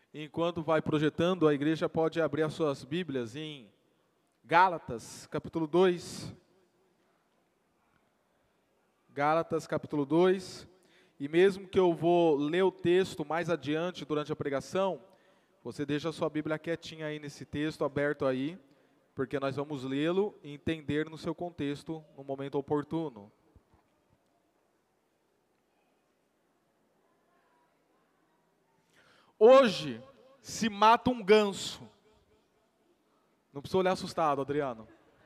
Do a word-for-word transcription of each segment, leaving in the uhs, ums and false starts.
Enquanto vai projetando, a igreja pode abrir as suas Bíblias em Gálatas, capítulo dois. Gálatas, capítulo dois. E mesmo que eu vou ler o texto mais adiante durante a pregação, você deixa a sua Bíblia quietinha aí nesse texto, aberto aí, porque nós vamos lê-lo e entender no seu contexto no momento oportuno. Hoje se mata um ganso. Não precisa olhar assustado, Adriano.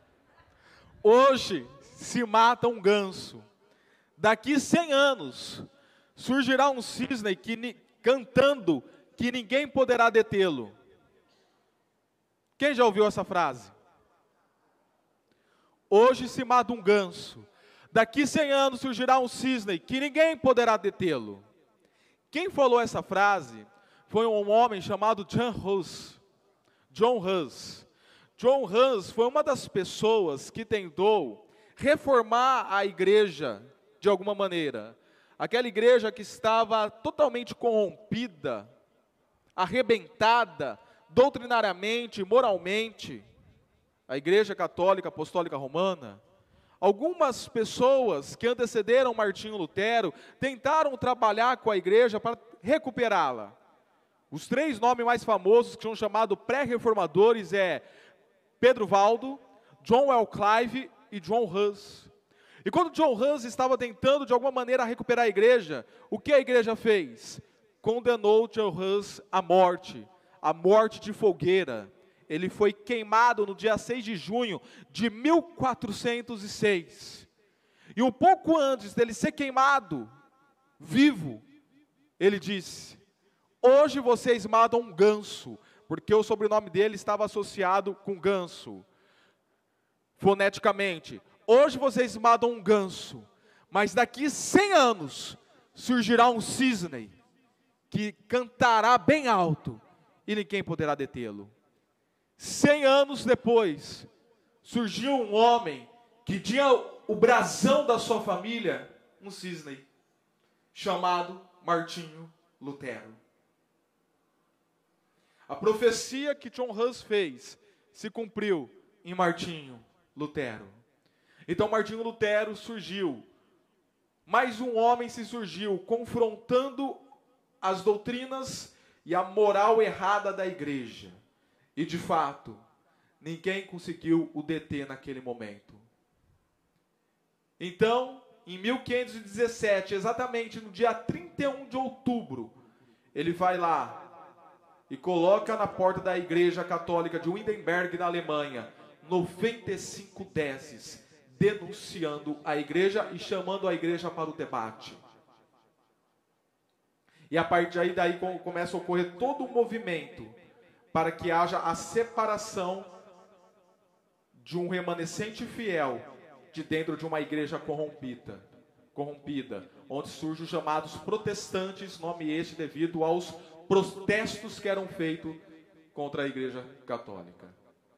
Hoje se mata um ganso. Daqui cem anos surgirá um cisne que, cantando que ninguém poderá detê-lo. Quem já ouviu essa frase? Hoje se mata um ganso. Daqui cem anos surgirá um cisne que ninguém poderá detê-lo. Quem falou essa frase foi um homem chamado John Hus. John Hus. John Hus foi uma das pessoas que tentou reformar a igreja de alguma maneira. Aquela igreja que estava totalmente corrompida, arrebentada, doutrinariamente, moralmente. A igreja católica apostólica romana. Algumas pessoas que antecederam Martinho Lutero tentaram trabalhar com a igreja para recuperá-la. Os três nomes mais famosos que são chamados pré-reformadores é Pedro Valdo, John Wycliffe e John Hus. E quando John Hus estava tentando de alguma maneira recuperar a igreja, o que a igreja fez? Condenou John Hus à morte, à morte de fogueira. Ele foi queimado no dia seis de junho de mil quatrocentos e seis. E um pouco antes dele ser queimado, vivo, ele disse: hoje vocês matam um ganso, porque o sobrenome dele estava associado com ganso, foneticamente. Hoje vocês matam um ganso, mas daqui cem anos surgirá um cisne que cantará bem alto e ninguém poderá detê-lo. Cem anos depois, surgiu um homem que tinha o brasão da sua família, um cisne, chamado Martinho Lutero. A profecia que John Hus fez se cumpriu em Martinho Lutero. Então Martinho Lutero surgiu, mais um homem se surgiu, confrontando as doutrinas e a moral errada da igreja. E de fato, ninguém conseguiu o deter naquele momento. Então, em mil quinhentos e dezessete, exatamente no dia trinta e um de outubro, ele vai lá e coloca na porta da igreja católica de Wittenberg, na Alemanha, noventa e cinco teses, denunciando a igreja e chamando a igreja para o debate. E a partir daí começa a ocorrer todo um movimento para que haja a separação de um remanescente fiel de dentro de uma igreja corrompida, corrompida, onde surgem os chamados protestantes, nome este devido aos protestos que eram feitos contra a igreja católica.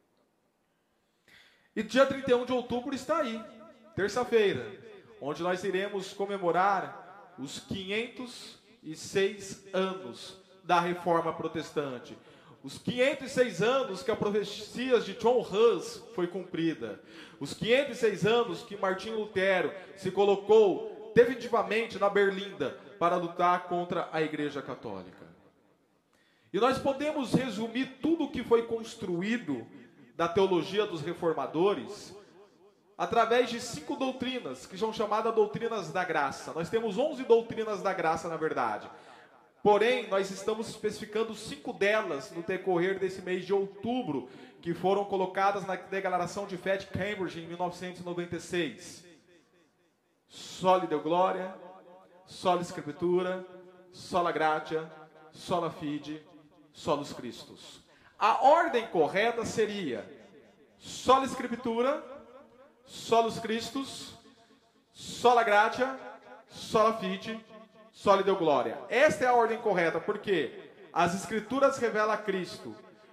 E dia trinta e um de outubro está aí, terça-feira, onde nós iremos comemorar os quinhentos e seis anos da Reforma Protestante. Os quinhentos e seis anos que a profecia de John Hus foi cumprida. Os quinhentos e seis anos que Martinho Lutero se colocou definitivamente na berlinda para lutar contra a igreja católica. E nós podemos resumir tudo o que foi construído da teologia dos reformadores através de cinco doutrinas, que são chamadas doutrinas da graça. Nós temos onze doutrinas da graça, na verdade. Porém, nós estamos especificando cinco delas no decorrer desse mês de outubro, que foram colocadas na Declaração de Fé de Cambridge em mil novecentos e noventa e seis. Soli Deo Gloria, Sola Scriptura, Sola Gratia, Sola Fide, Solus Christus. A ordem correta seria Sola Scriptura, Solus Christus, Sola Gratia, Sola Fide, Soli Deo Gloria. Esta é a ordem correta, porque as Escrituras revelam a Cristo.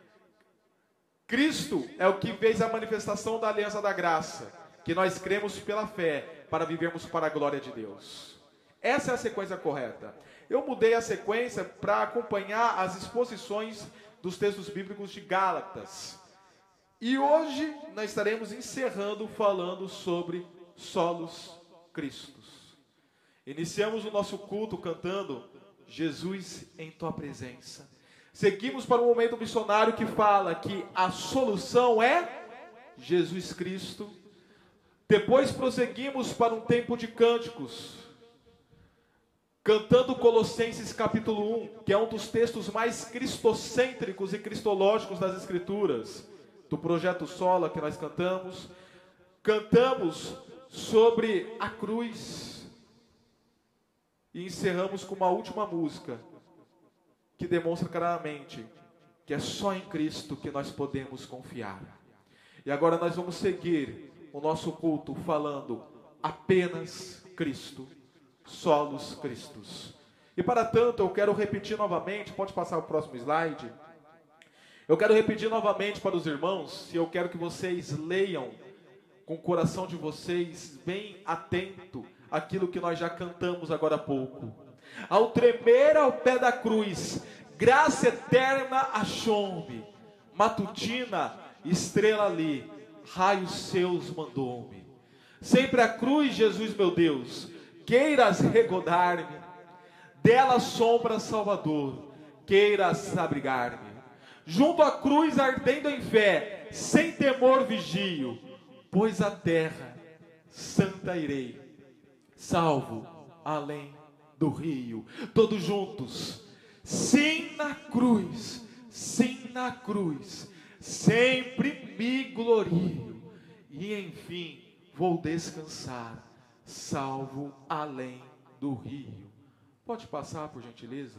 Cristo é o que fez a manifestação da aliança da graça, que nós cremos pela fé, para vivermos para a glória de Deus. Essa é a sequência correta. eu mudei a sequência para acompanhar as exposições dos textos bíblicos de Gálatas. E hoje nós estaremos encerrando falando sobre solos Cristos. Iniciamos o nosso culto cantando Jesus em tua presença. Seguimos para um momento missionário que fala que a solução é Jesus Cristo. Depois prosseguimos para um tempo de cânticos, cantando Colossenses capítulo um, que é um dos textos mais cristocêntricos e cristológicos das Escrituras, do projeto Sola que nós cantamos. Cantamos sobre a cruz e encerramos com uma última música que demonstra claramente que é só em Cristo que nós podemos confiar. E agora nós vamos seguir o nosso culto falando apenas Cristo, solos Cristos. E para tanto eu quero repetir novamente, pode passar o próximo slide. Eu quero repetir novamente para os irmãos, e eu quero que vocês leiam com o coração de vocês bem atento aquilo que nós já cantamos agora há pouco. Ao tremer ao pé da cruz, graça eterna achou-me, matutina, estrela ali, raios seus mandou-me. Sempre a cruz, Jesus meu Deus, queiras regodar-me, dela sombra Salvador, queiras abrigar-me. Junto à cruz ardendo em fé, sem temor vigio, pois a terra santa irei, salvo além do rio. Todos juntos, sim na cruz, sim na cruz, sempre me glorio, e enfim vou descansar, salvo além do rio. Pode passar, por gentileza?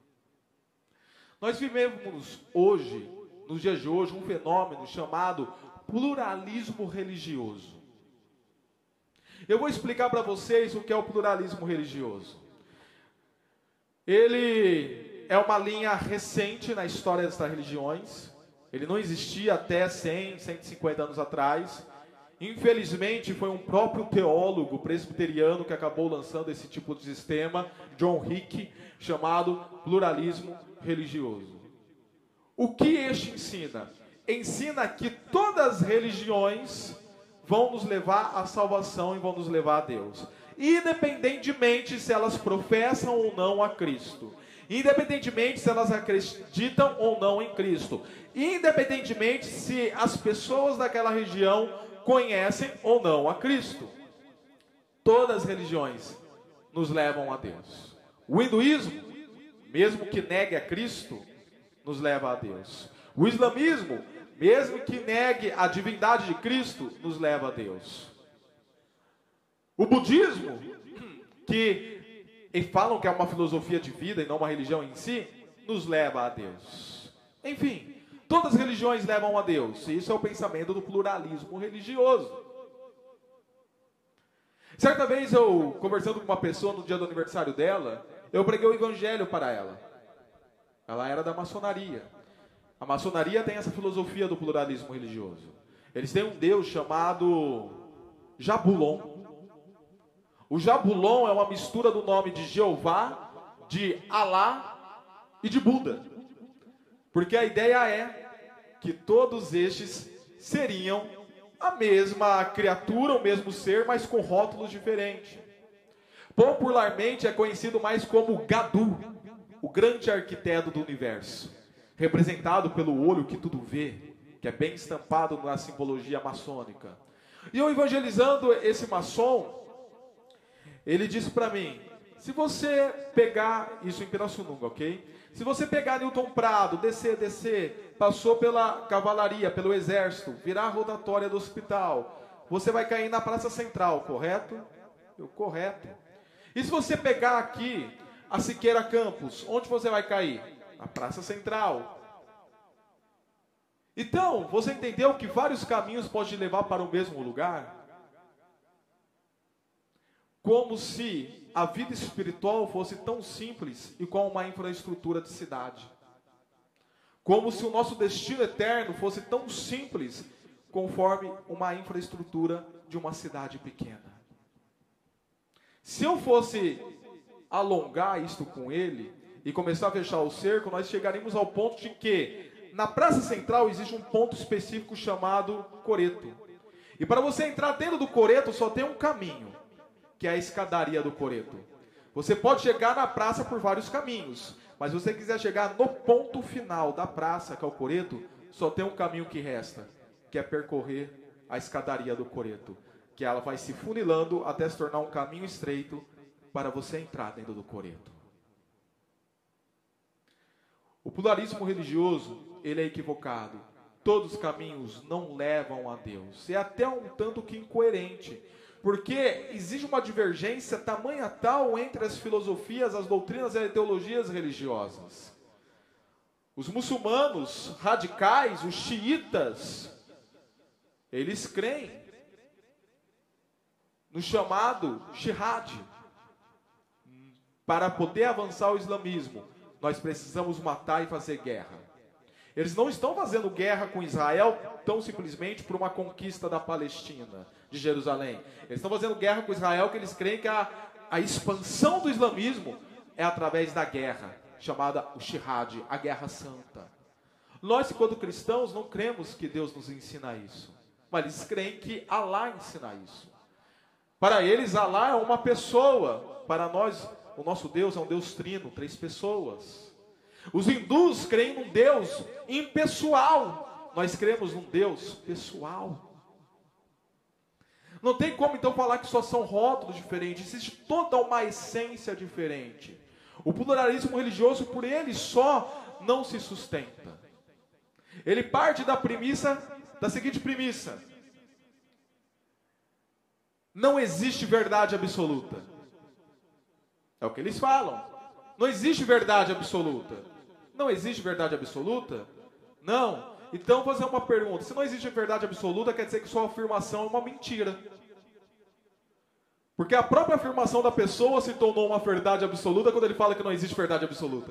Nós vivemos hoje, nos dias de hoje, um fenômeno chamado pluralismo religioso. Eu vou explicar para vocês o que é o pluralismo religioso. Ele é uma linha recente na história das religiões. Ele não existia até cem, cento e cinquenta anos atrás. Infelizmente, foi um próprio teólogo presbiteriano que acabou lançando esse tipo de sistema, John Hick, chamado pluralismo religioso. O que este ensina? Ensina que todas as religiões vão nos levar à salvação e vão nos levar a Deus, independentemente se elas professam ou não a Cristo, independentemente se elas acreditam ou não em Cristo, independentemente se as pessoas daquela região conhecem ou não a Cristo. Todas as religiões nos levam a Deus. O hinduísmo, mesmo que negue a Cristo, nos leva a Deus. O islamismo, mesmo que negue a divindade de Cristo, nos leva a Deus. O budismo, que e falam que é uma filosofia de vida e não uma religião em si, nos leva a Deus. Enfim, todas as religiões levam a Deus. Isso é o pensamento do pluralismo religioso. Certa vez eu, conversando com uma pessoa no dia do aniversário dela, eu preguei o evangelho para ela. Ela era da maçonaria. A maçonaria tem essa filosofia do pluralismo religioso. Eles têm um Deus chamado Jabulon. O Jabulon é uma mistura do nome de Jeová, de Alá e de Buda. Porque a ideia é que todos estes seriam a mesma criatura, o mesmo ser, mas com rótulos diferentes. Popularmente é conhecido mais como Gadu, o grande arquiteto do universo, representado pelo olho que tudo vê, que é bem estampado na simbologia maçônica. E eu evangelizando esse maçom, ele disse para mim, se você pegar, isso em Pirassununga, ok? Se você pegar Newton Prado, descer, descer, passou pela cavalaria, pelo exército, virar a rotatória do hospital, você vai cair na Praça Central, correto? Eu, correto. E se você pegar aqui a Siqueira Campos, onde você vai cair? Na Praça Central. Então, você entendeu que vários caminhos podem te levar para o mesmo lugar? Como se a vida espiritual fosse tão simples e com uma infraestrutura de cidade. Como se o nosso destino eterno fosse tão simples conforme uma infraestrutura de uma cidade pequena. Se eu fosse alongar isto com ele e começar a fechar o cerco, nós chegaremos ao ponto de que na praça central existe um ponto específico chamado coreto. E para você entrar dentro do coreto só tem um caminho, que é a escadaria do coreto. Você pode chegar na praça por vários caminhos, mas se você quiser chegar no ponto final da praça, que é o coreto, só tem um caminho que resta, que é percorrer a escadaria do coreto, que ela vai se funilando até se tornar um caminho estreito para você entrar dentro do coreto. O pluralismo religioso, ele é equivocado. Todos os caminhos não levam a Deus. É até um tanto que incoerente, porque existe uma divergência tamanha tal entre as filosofias, as doutrinas e as ideologias religiosas. Os muçulmanos radicais, os xiitas, eles creem no chamado jihad. Para poder avançar o islamismo, nós precisamos matar e fazer guerra. Eles não estão fazendo guerra com Israel tão simplesmente por uma conquista da Palestina, de Jerusalém. Eles estão fazendo guerra com Israel porque eles creem que a, a expansão do islamismo é através da guerra, chamada o jihad, a guerra santa. Nós, enquanto cristãos, não cremos que Deus nos ensina isso, mas eles creem que Alá ensina isso. Para eles, Alá é uma pessoa. Para nós, o nosso Deus é um Deus trino, três pessoas. Os hindus creem num Deus impessoal. Nós cremos num Deus pessoal. Não tem como então falar que só são rótulos diferentes. Existe toda uma essência diferente. O pluralismo religioso por ele só não se sustenta. Ele parte da premissa, da seguinte premissa: não existe verdade absoluta. É o que eles falam. Não existe verdade absoluta. Não existe verdade absoluta? Não. Então vou fazer uma pergunta. Se não existe verdade absoluta, quer dizer que sua afirmação é uma mentira. Porque a própria afirmação da pessoa se tornou uma verdade absoluta quando ele fala que não existe verdade absoluta.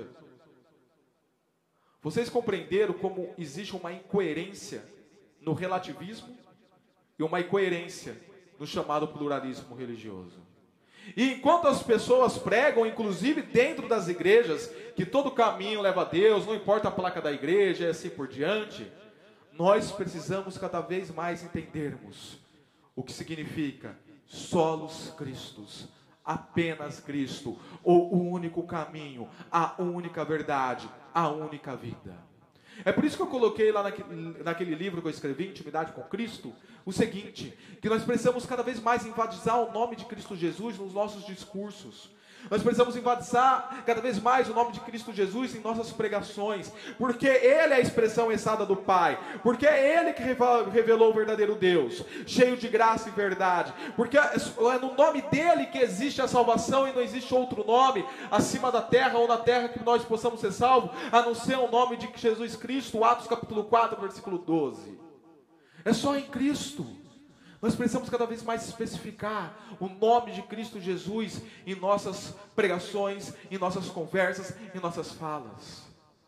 Vocês compreenderam como existe uma incoerência no relativismo e uma incoerência no chamado pluralismo religioso? E enquanto as pessoas pregam, inclusive dentro das igrejas, que todo caminho leva a Deus, não importa a placa da igreja e assim por diante, nós precisamos cada vez mais entendermos o que significa solos Christus, apenas Cristo, o único caminho, a única verdade, a única vida. É por isso que eu coloquei lá naquele, naquele livro que eu escrevi, Intimidade com Cristo, o seguinte, que nós precisamos cada vez mais enfatizar o nome de Cristo Jesus nos nossos discursos. Nós precisamos enfatizar cada vez mais o nome de Cristo Jesus em nossas pregações, porque Ele é a expressão exata do Pai, porque é Ele que revelou o verdadeiro Deus, cheio de graça e verdade, porque é no nome dEle que existe a salvação e não existe outro nome acima da terra ou na terra que nós possamos ser salvos, a não ser o nome de Jesus Cristo. Atos capítulo quatro, versículo doze. É só em Cristo. Nós precisamos cada vez mais especificar o nome de Cristo Jesus em nossas pregações, em nossas conversas, em nossas falas.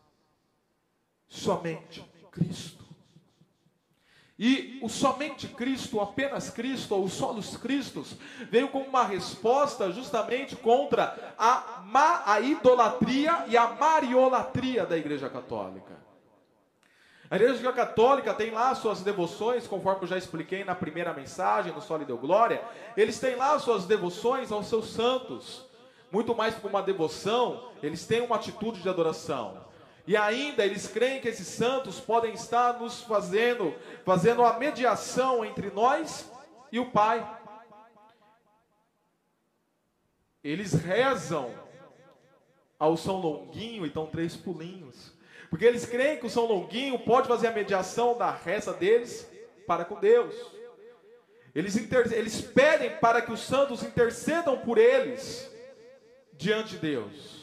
Somente Cristo. E o somente Cristo, apenas Cristo, ou solos Cristos, veio como uma resposta justamente contra a, ma, a idolatria e a mariolatria da Igreja Católica. A Igreja Católica tem lá suas devoções, conforme eu já expliquei na primeira mensagem, no Só lhe deu glória. Eles têm lá suas devoções aos seus santos. Muito mais que uma devoção, eles têm uma atitude de adoração. E ainda eles creem que esses santos podem estar nos fazendo, fazendo a mediação entre nós e o Pai. Eles rezam ao São Longuinho e dão três pulinhos. Porque eles creem que o São Longuinho pode fazer a mediação da reza deles para com Deus. Eles, inter... eles pedem para que os santos intercedam por eles diante de Deus.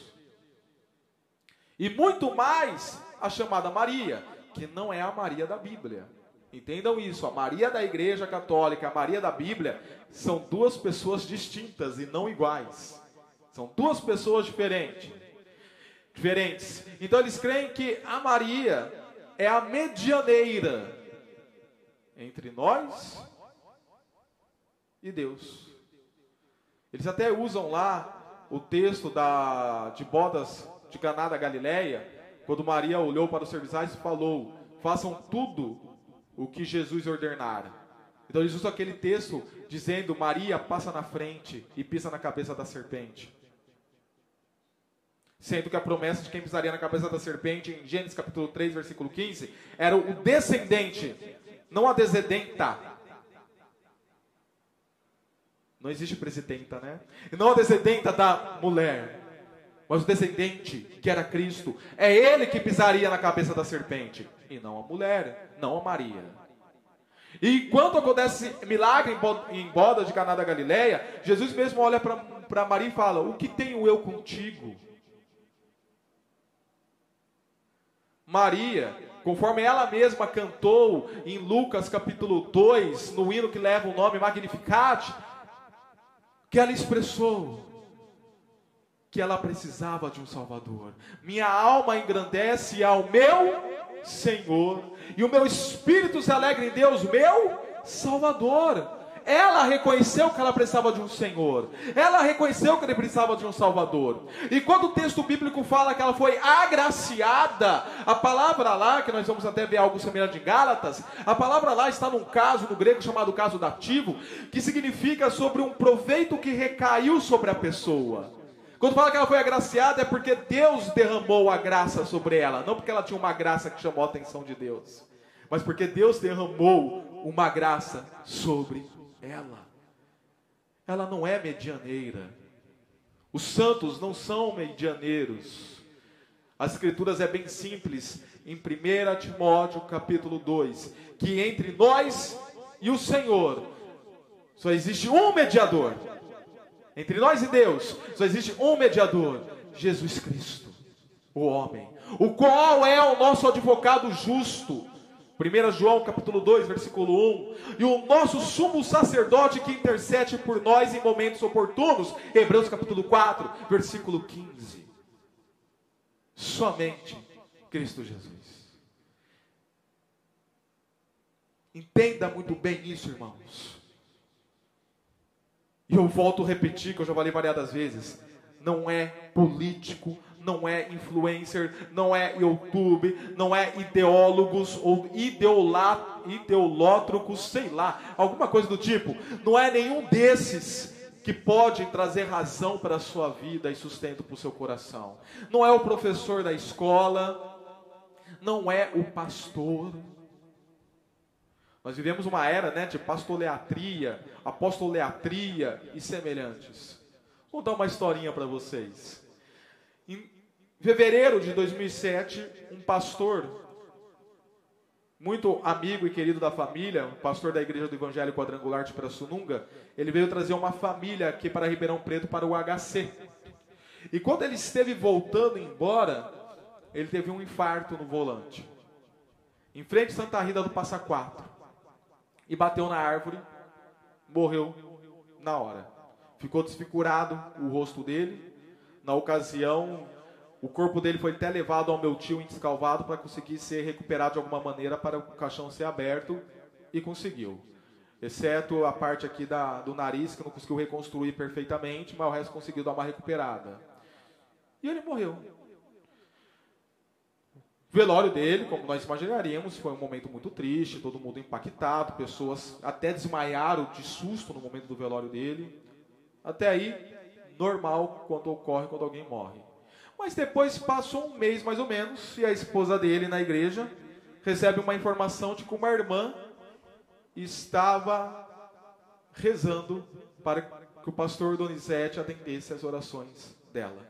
E muito mais a chamada Maria, que não é a Maria da Bíblia. Entendam isso, a Maria da Igreja Católica, a Maria da Bíblia, são duas pessoas distintas e não iguais. São duas pessoas diferentes. Diferentes. Então eles creem que a Maria é a medianeira entre nós e Deus. Eles até usam lá o texto da, de bodas de Caná da Galileia, quando Maria olhou para os serviçais e falou: façam tudo o que Jesus ordenara. Então eles usam aquele texto dizendo: Maria passa na frente e pisa na cabeça da serpente. Sendo que a promessa de quem pisaria na cabeça da serpente, em Gênesis capítulo três, versículo quinze, era o descendente, não a descendenta. Não existe presidenta, né? Não a descendenta da mulher, mas o descendente, que era Cristo. É ele que pisaria na cabeça da serpente, e não a mulher, não a Maria. E quando acontece milagre em boda de Caná da Galileia, Jesus mesmo olha para Maria e fala: o que tenho eu contigo? Maria, conforme ela mesma cantou em Lucas capítulo dois, no hino que leva o nome Magnificat, que ela expressou que ela precisava de um Salvador. Minha alma engrandece ao meu Senhor, e o meu espírito se alegra em Deus, meu Salvador. Ela reconheceu que ela precisava de um Senhor. Ela reconheceu que ele precisava de um Salvador. E quando o texto bíblico fala que ela foi agraciada, a palavra lá, que nós vamos até ver algo semelhante em Gálatas, a palavra lá está num caso, no grego chamado caso dativo, que significa sobre um proveito que recaiu sobre a pessoa. Quando fala que ela foi agraciada, é porque Deus derramou a graça sobre ela. Não porque ela tinha uma graça que chamou a atenção de Deus, mas porque Deus derramou uma graça sobre ela. Ela não é medianeira. Os santos não são medianeiros. As escrituras é bem simples. Em primeiro Timóteo capítulo dois, que entre nós e o Senhor só existe um mediador. Entre nós e Deus só existe um mediador: Jesus Cristo, o homem, o qual é o nosso advogado justo. primeiro João capítulo dois, versículo um. E o nosso sumo sacerdote que intercede por nós em momentos oportunos. Hebreus capítulo quatro, versículo quinze. Somente Cristo Jesus. Entenda muito bem isso, irmãos. E eu volto a repetir, que eu já falei variadas vezes: não é político, não é influencer, não é YouTube, não é ideólogos ou ideolá, ideolótricos, sei lá, alguma coisa do tipo. Não é nenhum desses que pode trazer razão para a sua vida e sustento para o seu coração. Não é o professor da escola, não é o pastor. Nós vivemos uma era, né, de pastoleatria, apostoleatria e semelhantes. Vou dar uma historinha para vocês. Em fevereiro de dois mil e sete, um pastor, muito amigo e querido da família, um pastor da Igreja do Evangelho Quadrangular de Pirassununga, ele veio trazer uma família aqui para Ribeirão Preto, para o H C. E quando ele esteve voltando embora, ele teve um infarto no volante, em frente a Santa Rita do Passa Quatro, e bateu na árvore, morreu na hora. Ficou desfigurado o rosto dele. Na ocasião, o corpo dele foi até levado ao meu tio em Descalvado para conseguir ser recuperado de alguma maneira, para o caixão ser aberto, e conseguiu. Exceto a parte aqui da, do nariz, que não conseguiu reconstruir perfeitamente, mas o resto conseguiu dar uma recuperada. E ele morreu. O velório dele, como nós imaginaríamos, foi um momento muito triste, todo mundo impactado, pessoas até desmaiaram de susto no momento do velório dele. Até aí, normal quando ocorre quando alguém morre. Mas depois passou um mês mais ou menos, e a esposa dele na igreja recebe uma informação de que uma irmã estava rezando para que o pastor Donizete atendesse as orações dela.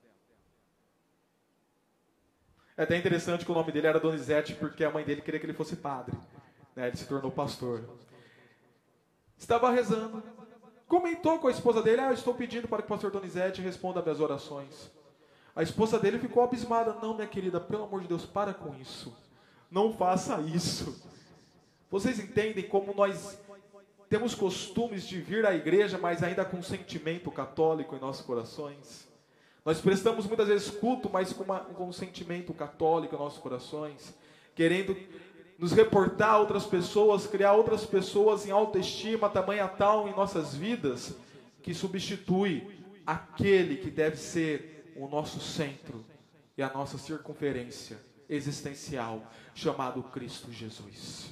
É até interessante que o nome dele era Donizete, porque a mãe dele queria que ele fosse padre, né? Ele se tornou pastor. Estava rezando, comentou com a esposa dele: ah, eu estou pedindo para que o pastor Donizete responda às minhas orações. A esposa dele ficou abismada: não, minha querida, pelo amor de Deus, para com isso. Não faça isso. Vocês entendem como nós temos costumes de vir à igreja, mas ainda com sentimento católico em nossos corações? Nós prestamos muitas vezes culto, mas com, uma, com um sentimento católico em nossos corações, querendo nos reportar a outras pessoas, criar outras pessoas em autoestima tamanha tal em nossas vidas, que substitui aquele que deve ser o nosso centro e a nossa circunferência existencial, chamado Cristo Jesus.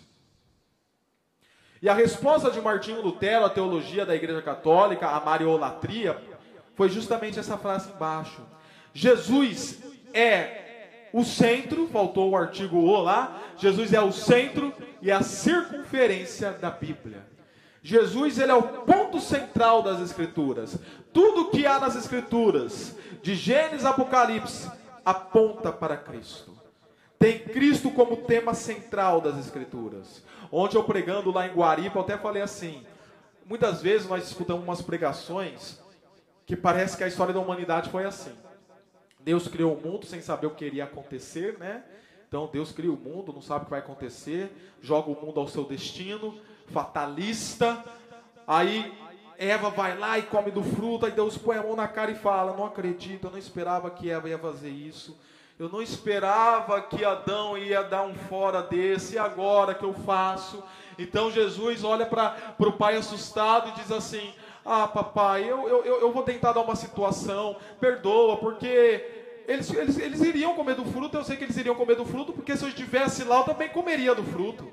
E a resposta de Martinho Lutero à teologia da Igreja Católica, a mariolatria, foi justamente essa frase embaixo. Jesus é o centro, faltou o artigo O lá, Jesus é o centro e a circunferência da Bíblia. Jesus, ele é o ponto central das Escrituras. Tudo que há nas Escrituras, de Gênesis a Apocalipse, aponta para Cristo. Tem Cristo como tema central das Escrituras. Ontem eu pregando lá em Guaripa, eu até falei assim, muitas vezes nós escutamos umas pregações que parece que a história da humanidade foi assim. Deus criou o mundo sem saber o que iria acontecer, né? Então Deus cria o mundo, não sabe o que vai acontecer, joga o mundo ao seu destino, fatalista. Aí Eva vai lá e come do fruto, aí Deus põe a mão na cara e fala, não acredito, eu não esperava que Eva ia fazer isso. Eu não esperava que Adão ia dar um fora desse, e agora que eu faço? Então Jesus olha para o pai assustado e diz assim, ah papai, eu, eu, eu vou tentar dar uma situação, perdoa, porque eles, eles, eles iriam comer do fruto, eu sei que eles iriam comer do fruto, porque se eu estivesse lá eu também comeria do fruto.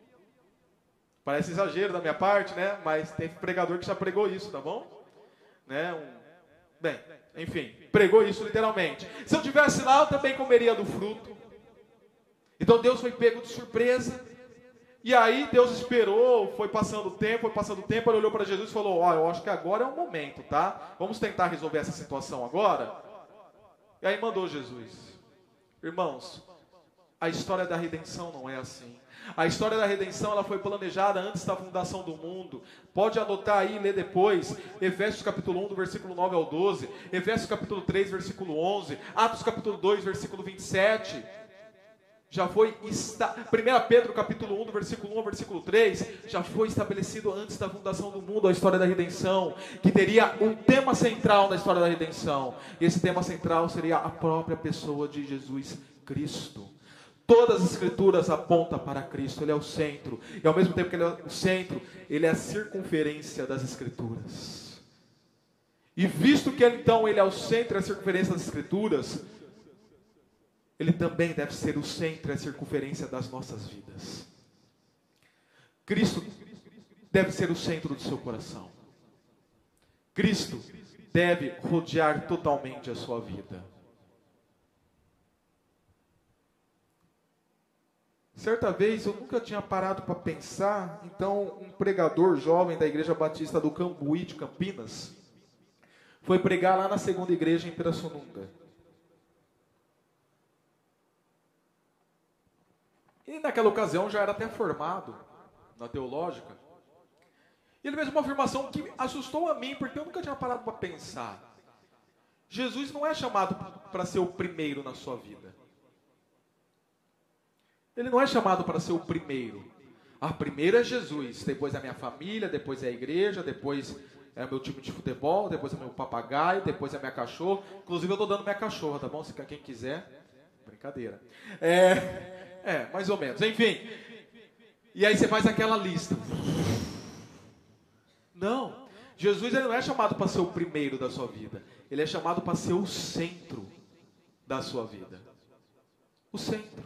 Parece exagero da minha parte, né? Mas tem pregador que já pregou isso, tá bom? Né? Um... Bem... Enfim, pregou isso literalmente. Se eu estivesse lá, eu também comeria do fruto. Então Deus foi pego de surpresa. E aí Deus esperou, foi passando o tempo, foi passando o tempo. Ele olhou para Jesus e falou, ó, oh, eu acho que agora é o momento, tá? Vamos tentar resolver essa situação agora? E aí mandou Jesus. Irmãos, a história da redenção não é assim. A história da redenção, ela foi planejada antes da fundação do mundo. Pode anotar aí e ler depois. Efésios capítulo um, do versículo nove ao doze. Efésios capítulo três, versículo onze. Atos capítulo dois, versículo vinte e sete. Já foi... Esta... primeira Pedro capítulo um, do versículo um ao versículo três. Já foi estabelecido antes da fundação do mundo a história da redenção. Que teria um tema central na história da redenção. E esse tema central seria a própria pessoa de Jesus Cristo. Todas as Escrituras apontam para Cristo, Ele é o centro. E ao mesmo tempo que Ele é o centro, Ele é a circunferência das Escrituras. E visto que então Ele é o centro e a circunferência das Escrituras, Ele também deve ser o centro e a circunferência das nossas vidas. Cristo deve ser o centro do seu coração. Cristo deve rodear totalmente a sua vida. Certa vez, eu nunca tinha parado para pensar, então um pregador jovem da Igreja Batista do Cambuí de Campinas foi pregar lá na segunda igreja em Pirassununga. E naquela ocasião já era até formado na teológica. E ele fez uma afirmação que assustou a mim, porque eu nunca tinha parado para pensar. Jesus não é chamado para ser o primeiro na sua vida. Ele não é chamado para ser o primeiro. Ah, primeiro é Jesus, depois é a minha família, depois é a igreja, depois é o meu time de futebol, depois é o meu papagaio, depois é a minha cachorra. Inclusive eu estou dando minha cachorra, tá bom? Se quem quiser. Brincadeira. É, é, mais ou menos. Enfim. E aí você faz aquela lista. Não. Jesus, ele não é chamado para ser o primeiro da sua vida. Ele é chamado para ser o centro da sua vida. O centro.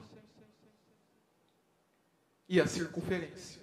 E a circunferência.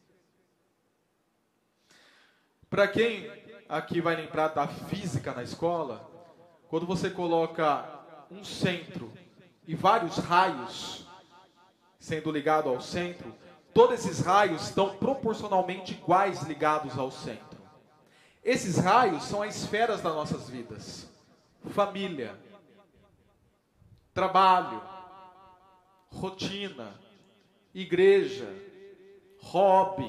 Para quem aqui vai lembrar da física na escola, quando você coloca um centro e vários raios sendo ligados ao centro, todos esses raios estão proporcionalmente iguais ligados ao centro. Esses raios são as esferas das nossas vidas. Família, trabalho, rotina, igreja, hobby,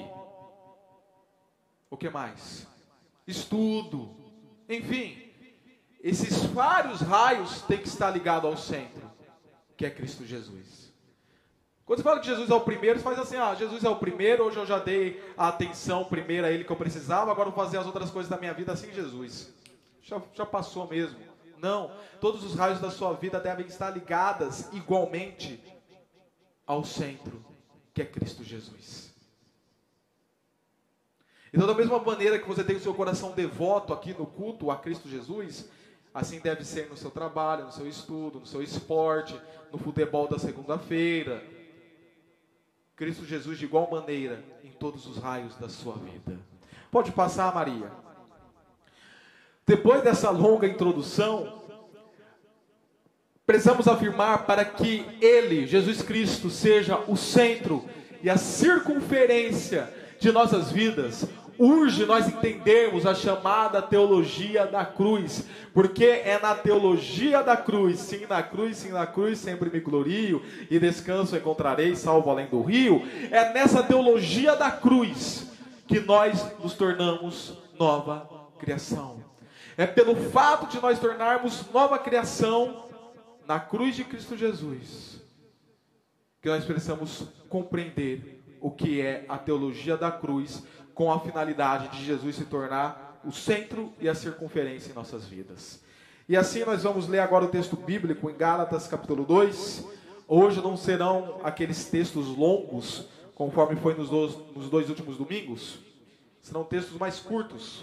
o que mais? Estudo, enfim, esses vários raios têm que estar ligados ao centro, que é Cristo Jesus. Quando você fala que Jesus é o primeiro, você faz assim, ah, Jesus é o primeiro, hoje eu já dei a atenção primeiro a Ele que eu precisava, agora eu vou fazer as outras coisas da minha vida assim, Jesus. Já, já passou mesmo. Não, todos os raios da sua vida devem estar ligados igualmente ao centro, que é Cristo Jesus. Então, da mesma maneira que você tem o seu coração devoto aqui no culto a Cristo Jesus, assim deve ser no seu trabalho, no seu estudo, no seu esporte, no futebol da segunda-feira. Cristo Jesus de igual maneira em todos os raios da sua vida. Pode passar, Maria. Depois dessa longa introdução, precisamos afirmar para que Ele, Jesus Cristo, seja o centro e a circunferência de nossas vidas. Urge nós entendermos a chamada teologia da cruz, porque é na teologia da cruz, sim na cruz, sim na cruz, sempre me glorio, e descanso encontrarei, salvo além do rio. É nessa teologia da cruz que nós nos tornamos nova criação. É pelo fato de nós tornarmos nova criação na cruz de Cristo Jesus que nós precisamos compreender o que é a teologia da cruz, com a finalidade de Jesus se tornar o centro e a circunferência em nossas vidas. E assim nós vamos ler agora o texto bíblico em Gálatas capítulo dois. Hoje não serão aqueles textos longos, conforme foi nos dois, nos dois últimos domingos. Serão textos mais curtos.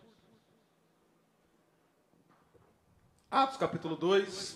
Atos capítulo dois.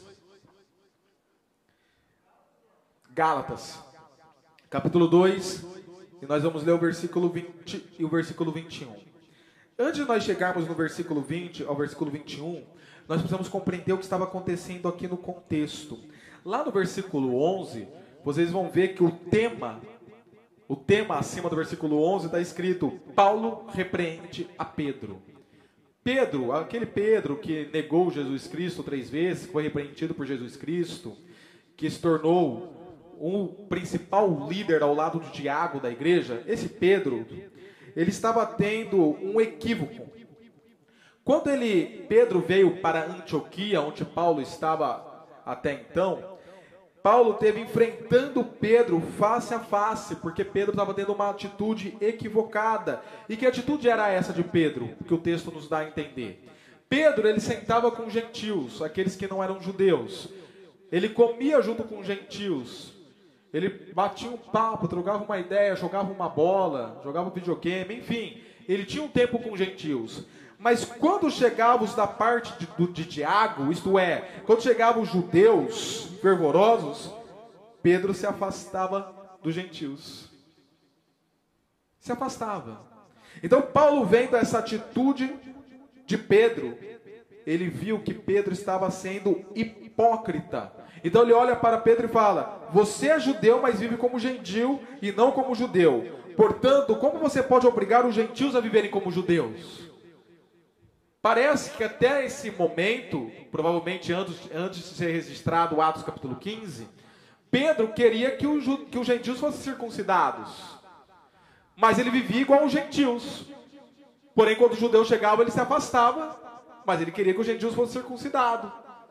Gálatas capítulo dois. E nós vamos ler o versículo vinte e o versículo vinte e um. Antes de nós chegarmos no versículo vinte ao versículo vinte e um, nós precisamos compreender o que estava acontecendo aqui no contexto. Lá no versículo onze, vocês vão ver que o tema, o tema acima do versículo onze está escrito: Paulo repreende a Pedro. Pedro, aquele Pedro que negou Jesus Cristo três vezes, que foi repreendido por Jesus Cristo, que se tornou o principal líder ao lado de Tiago da igreja, esse Pedro, ele estava tendo um equívoco. Quando ele, Pedro veio para Antioquia, onde Paulo estava até então, Paulo teve enfrentando Pedro face a face, porque Pedro estava tendo uma atitude equivocada. E que atitude era essa de Pedro, que o texto nos dá a entender? Pedro, ele sentava com gentios, aqueles que não eram judeus. Ele comia junto com gentios. Ele batia um papo, trocava uma ideia, jogava uma bola, jogava videogame, enfim. Ele tinha um tempo com gentios. Mas quando chegavam os da parte de, de Tiago, isto é, quando chegavam os judeus fervorosos, Pedro se afastava dos gentios. Se afastava. Então Paulo, vendo essa atitude de Pedro, ele viu que Pedro estava sendo hipócrita. Então ele olha para Pedro e fala: você é judeu, mas vive como gentil e não como judeu. Portanto, como você pode obrigar os gentios a viverem como judeus? Parece que até esse momento, provavelmente antes, antes de ser registrado Atos capítulo quinze, Pedro queria que, o, que os gentios fossem circuncidados. Mas ele vivia igual aos gentios. Porém, quando o judeu chegava, ele se afastava. Mas ele queria que os gentios fossem circuncidados.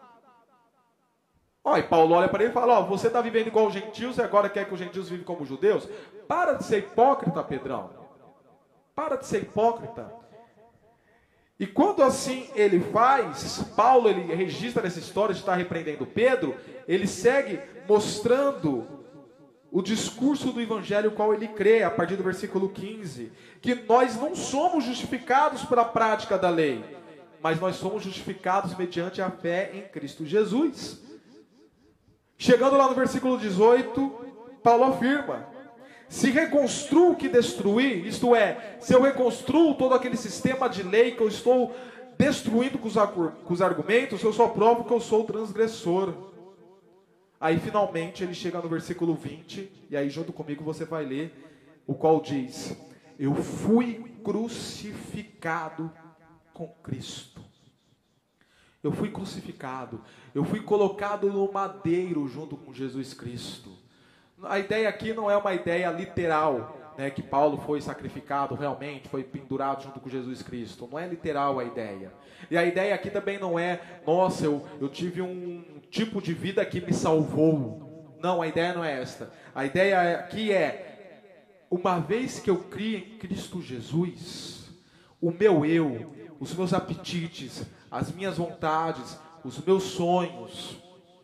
Ó, e Paulo olha para ele e fala: ó, você está vivendo igual aos gentios e agora quer que os gentios vivem como judeus? Para de ser hipócrita, Pedrão. Para de ser hipócrita. E quando assim ele faz, Paulo, ele registra essa história de estar repreendendo Pedro, ele segue mostrando o discurso do evangelho qual ele crê, a partir do versículo quinze, que nós não somos justificados pela prática da lei, mas nós somos justificados mediante a fé em Cristo Jesus. Chegando lá no versículo dezoito, Paulo afirma: se reconstruo o que destruí, isto é, se eu reconstruo todo aquele sistema de lei que eu estou destruindo com os, com os argumentos, eu só provo que eu sou transgressor. Aí finalmente ele chega no versículo vinte, e aí junto comigo você vai ler, o qual diz: eu fui crucificado com Cristo. Eu fui crucificado, eu fui colocado no madeiro junto com Jesus Cristo. A ideia aqui não é uma ideia literal, né, que Paulo foi sacrificado realmente, foi pendurado junto com Jesus Cristo. Não é literal a ideia. E a ideia aqui também não é: nossa, eu, eu tive um tipo de vida que me salvou. Não, a ideia não é esta. A ideia aqui é: uma vez que eu crio em Cristo Jesus, o meu eu, os meus apetites, as minhas vontades, os meus sonhos,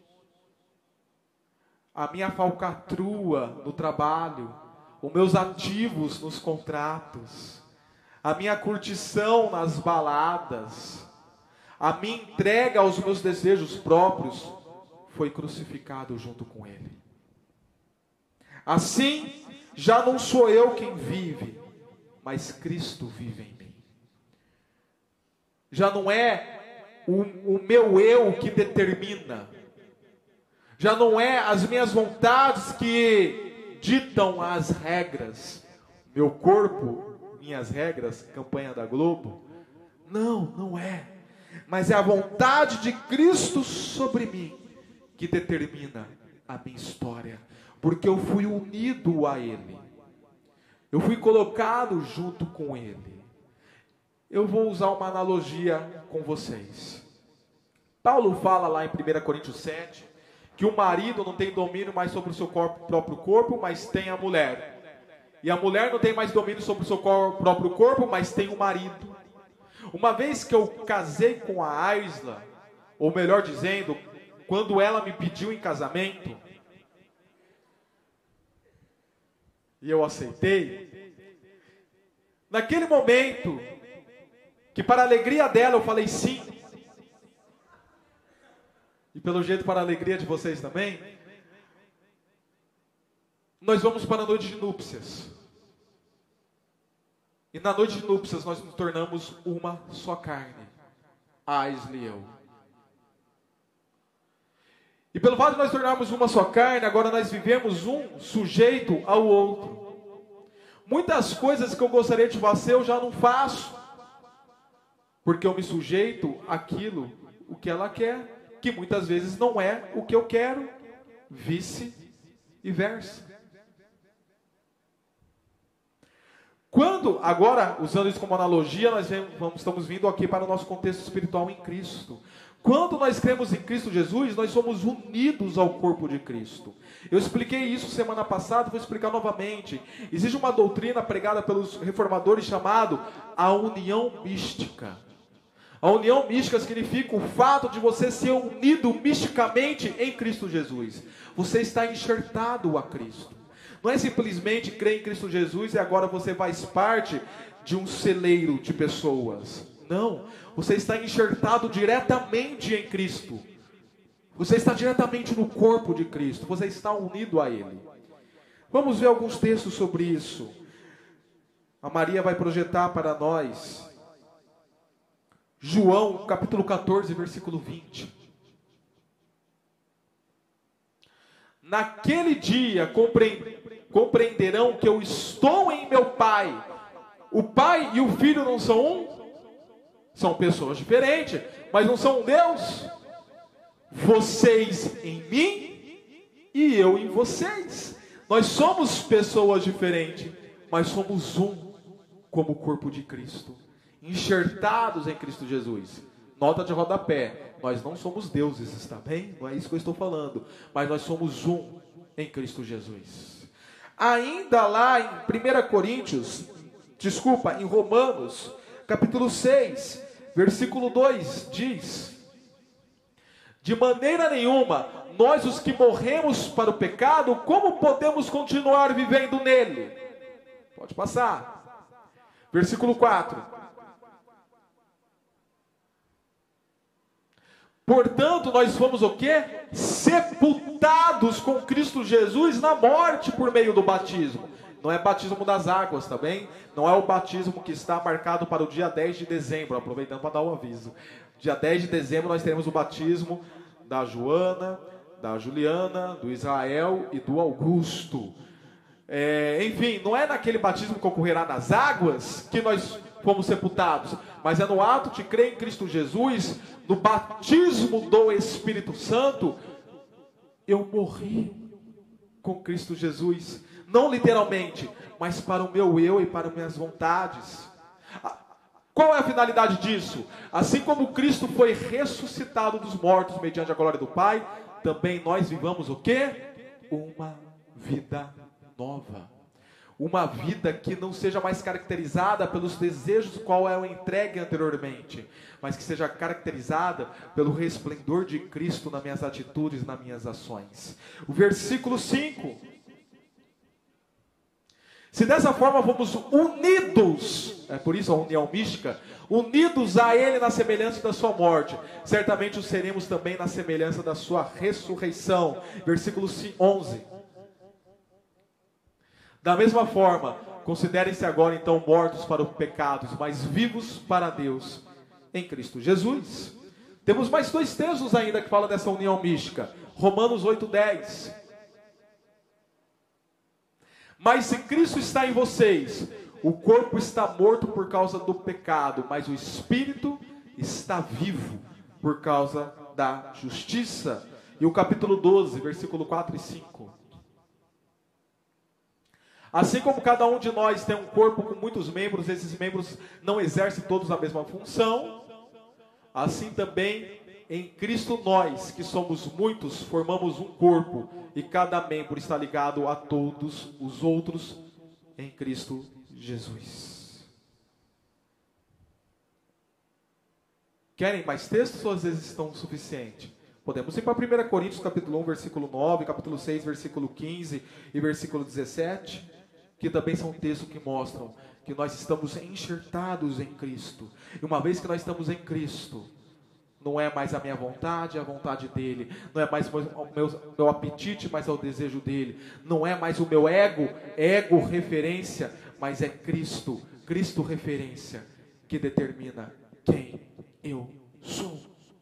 a minha falcatrua no trabalho, os meus ativos nos contratos, a minha curtição nas baladas, a minha entrega aos meus desejos próprios, foi crucificado junto com Ele. Assim, já não sou eu quem vive, mas Cristo vive em mim. Já não é o, o meu eu que determina, já não é as minhas vontades que ditam as regras, meu corpo, minhas regras, campanha da Globo. Não, não é. Mas é a vontade de Cristo sobre mim que determina a minha história. Porque eu fui unido a Ele. Eu fui colocado junto com Ele. Eu vou usar uma analogia com vocês. Paulo fala lá em primeira Coríntios sete, que o marido não tem domínio mais sobre o seu corpo, próprio corpo, mas tem a mulher. E a mulher não tem mais domínio sobre o seu cor, próprio corpo, mas tem o marido. Uma vez que eu casei com a Aisla, ou melhor dizendo, quando ela me pediu em casamento, e eu aceitei, naquele momento, que para a alegria dela eu falei sim, e pelo jeito para a alegria de vocês também, nós vamos para a noite de núpcias. E na noite de núpcias nós nos tornamos uma só carne, Aisla e eu. E pelo fato de nós tornarmos uma só carne, agora nós vivemos um sujeito ao outro. Muitas coisas que eu gostaria de fazer eu já não faço, porque eu me sujeito àquilo, o que ela quer, que muitas vezes não é o que eu quero, vice-versa. Quando, agora, usando isso como analogia, nós vamos, estamos vindo aqui para o nosso contexto espiritual em Cristo. Quando nós cremos em Cristo Jesus, nós somos unidos ao corpo de Cristo. Eu expliquei isso semana passada, vou explicar novamente. Existe uma doutrina pregada pelos reformadores chamado a união mística. A união mística significa o fato de você ser unido misticamente em Cristo Jesus. Você está enxertado a Cristo. Não é simplesmente crer em Cristo Jesus e agora você faz parte de um celeiro de pessoas. Não, você está enxertado diretamente em Cristo. Você está diretamente no corpo de Cristo. Você está unido a Ele. Vamos ver alguns textos sobre isso. A Maria vai projetar para nós. João, capítulo catorze, versículo vinte. Naquele dia compreenderão que eu estou em meu Pai. O Pai e o Filho não são um? São pessoas diferentes, mas não são um Deus. Vocês em mim e eu em vocês. Nós somos pessoas diferentes, mas somos um, como o corpo de Cristo, enxertados em Cristo Jesus. Nota de rodapé, nós não somos deuses, está bem? Não é isso que eu estou falando, mas nós somos um em Cristo Jesus. Ainda lá em primeira Coríntios, desculpa, em Romanos, capítulo seis, versículo dois, diz: de maneira nenhuma, nós os que morremos para o pecado, como podemos continuar vivendo nele? Pode passar. Versículo quatro. Portanto, nós fomos o quê? Sepultados com Cristo Jesus na morte por meio do batismo. Não é batismo das águas, tá bem? Não é o batismo que está marcado para o dia dez de dezembro, aproveitando para dar o aviso. Dia dez de dezembro nós teremos o batismo da Joana, da Juliana, do Israel e do Augusto. É, enfim, não é naquele batismo que ocorrerá nas águas que nós fomos sepultados, mas é no ato de crer em Cristo Jesus, no batismo do Espírito Santo, eu morri com Cristo Jesus, não literalmente, mas para o meu eu e para minhas vontades. Qual é a finalidade disso? Assim como Cristo foi ressuscitado dos mortos mediante a glória do Pai, também nós vivamos o quê? Uma vida nova. Uma vida que não seja mais caracterizada pelos desejos qual eu entregue anteriormente, mas que seja caracterizada pelo resplendor de Cristo nas minhas atitudes, nas minhas ações. O versículo cinco. Se dessa forma fomos unidos, é por isso a união mística, unidos a Ele na semelhança da sua morte, certamente o seremos também na semelhança da sua ressurreição. Versículo onze. Da mesma forma, considerem-se agora então mortos para os pecados, mas vivos para Deus em Cristo Jesus. Temos mais dois textos ainda que falam dessa união mística. Romanos oito, dez. Mas se Cristo está em vocês, o corpo está morto por causa do pecado, mas o espírito está vivo por causa da justiça. E o capítulo doze, versículo quatro e cinco. Assim como cada um de nós tem um corpo com muitos membros, esses membros não exercem todos a mesma função, assim também em Cristo nós, que somos muitos, formamos um corpo, e cada membro está ligado a todos os outros em Cristo Jesus. Querem mais textos ou às vezes estão suficientes? Podemos ir para primeira Coríntios capítulo um, versículo nove, capítulo seis, versículo quinze e versículo dezessete, que também são textos que mostram que nós estamos enxertados em Cristo. E uma vez que nós estamos em Cristo, não é mais a minha vontade, é a vontade dele. Não é mais o meu, meu, meu apetite, mas é o desejo dele. Não é mais o meu ego, ego referência, mas é Cristo, Cristo referência, que determina quem eu sou.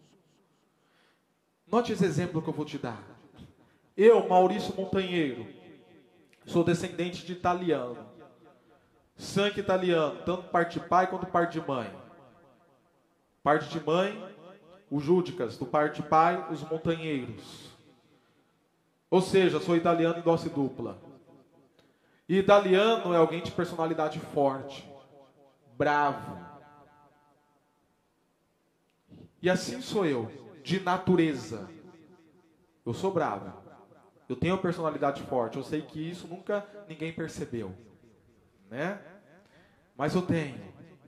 Note esse exemplo que eu vou te dar. Eu, Maurício Montanheiro, sou descendente de italiano. Sangue italiano, tanto parte de pai quanto parte de mãe. Parte de mãe, os Júdicas, do parte de pai, os Montanheiros. Ou seja, sou italiano em dose dupla. E italiano é alguém de personalidade forte, bravo. E assim sou eu, de natureza. Eu sou bravo. Eu tenho uma personalidade forte. Eu sei que isso nunca ninguém percebeu, né? Mas eu tenho.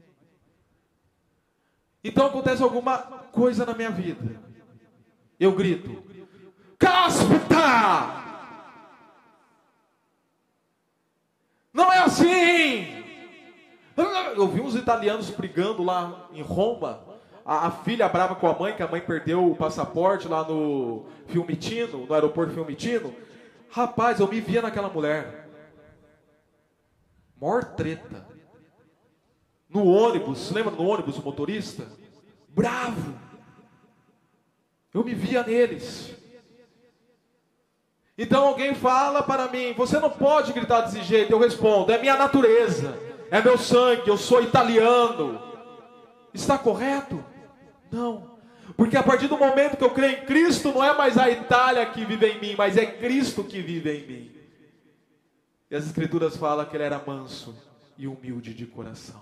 Então acontece alguma coisa na minha vida. Eu grito: Cáspita! Não é assim! Eu vi uns italianos brigando lá em Roma. A, a filha brava com a mãe, que a mãe perdeu o passaporte lá no Fiumicino, no aeroporto Fiumicino. Rapaz, eu me via naquela mulher. Maior treta. No ônibus, lembra no ônibus o motorista? Bravo. Eu me via neles. Então alguém fala para mim: você não pode gritar desse jeito. Eu respondo: é minha natureza, é meu sangue, eu sou italiano. Está correto? Não. Porque a partir do momento que eu creio em Cristo, não é mais a Itália que vive em mim, mas é Cristo que vive em mim. E as Escrituras falam que ele era manso e humilde de coração.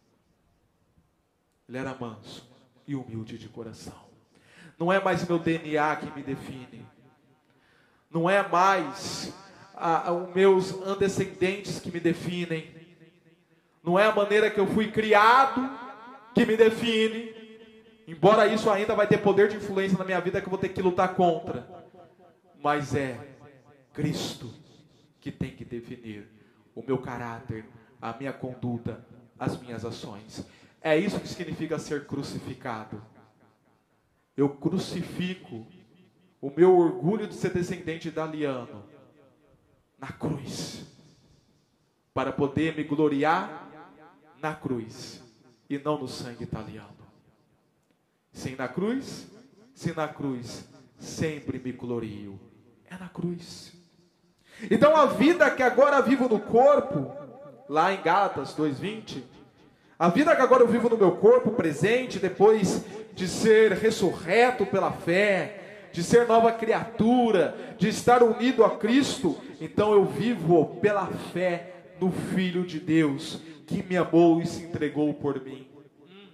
Ele era manso e humilde de coração. Não é mais meu D N A que me define. Não é mais a, a, os meus antecedentes que me definem. Não é a maneira que eu fui criado que me define. Embora isso ainda vai ter poder de influência na minha vida que eu vou ter que lutar contra. Mas é Cristo que tem que definir o meu caráter, a minha conduta, as minhas ações. É isso que significa ser crucificado. Eu crucifico o meu orgulho de ser descendente italiano na cruz, para poder me gloriar na cruz e não no sangue italiano. Sim, na cruz, sim, na cruz, sempre me glorio. É na cruz. Então a vida que agora vivo no corpo, lá em Gálatas dois, vinte, a vida que agora eu vivo no meu corpo presente, depois de ser ressurreto pela fé, de ser nova criatura, de estar unido a Cristo, então eu vivo pela fé no Filho de Deus, que me amou e se entregou por mim. Hum.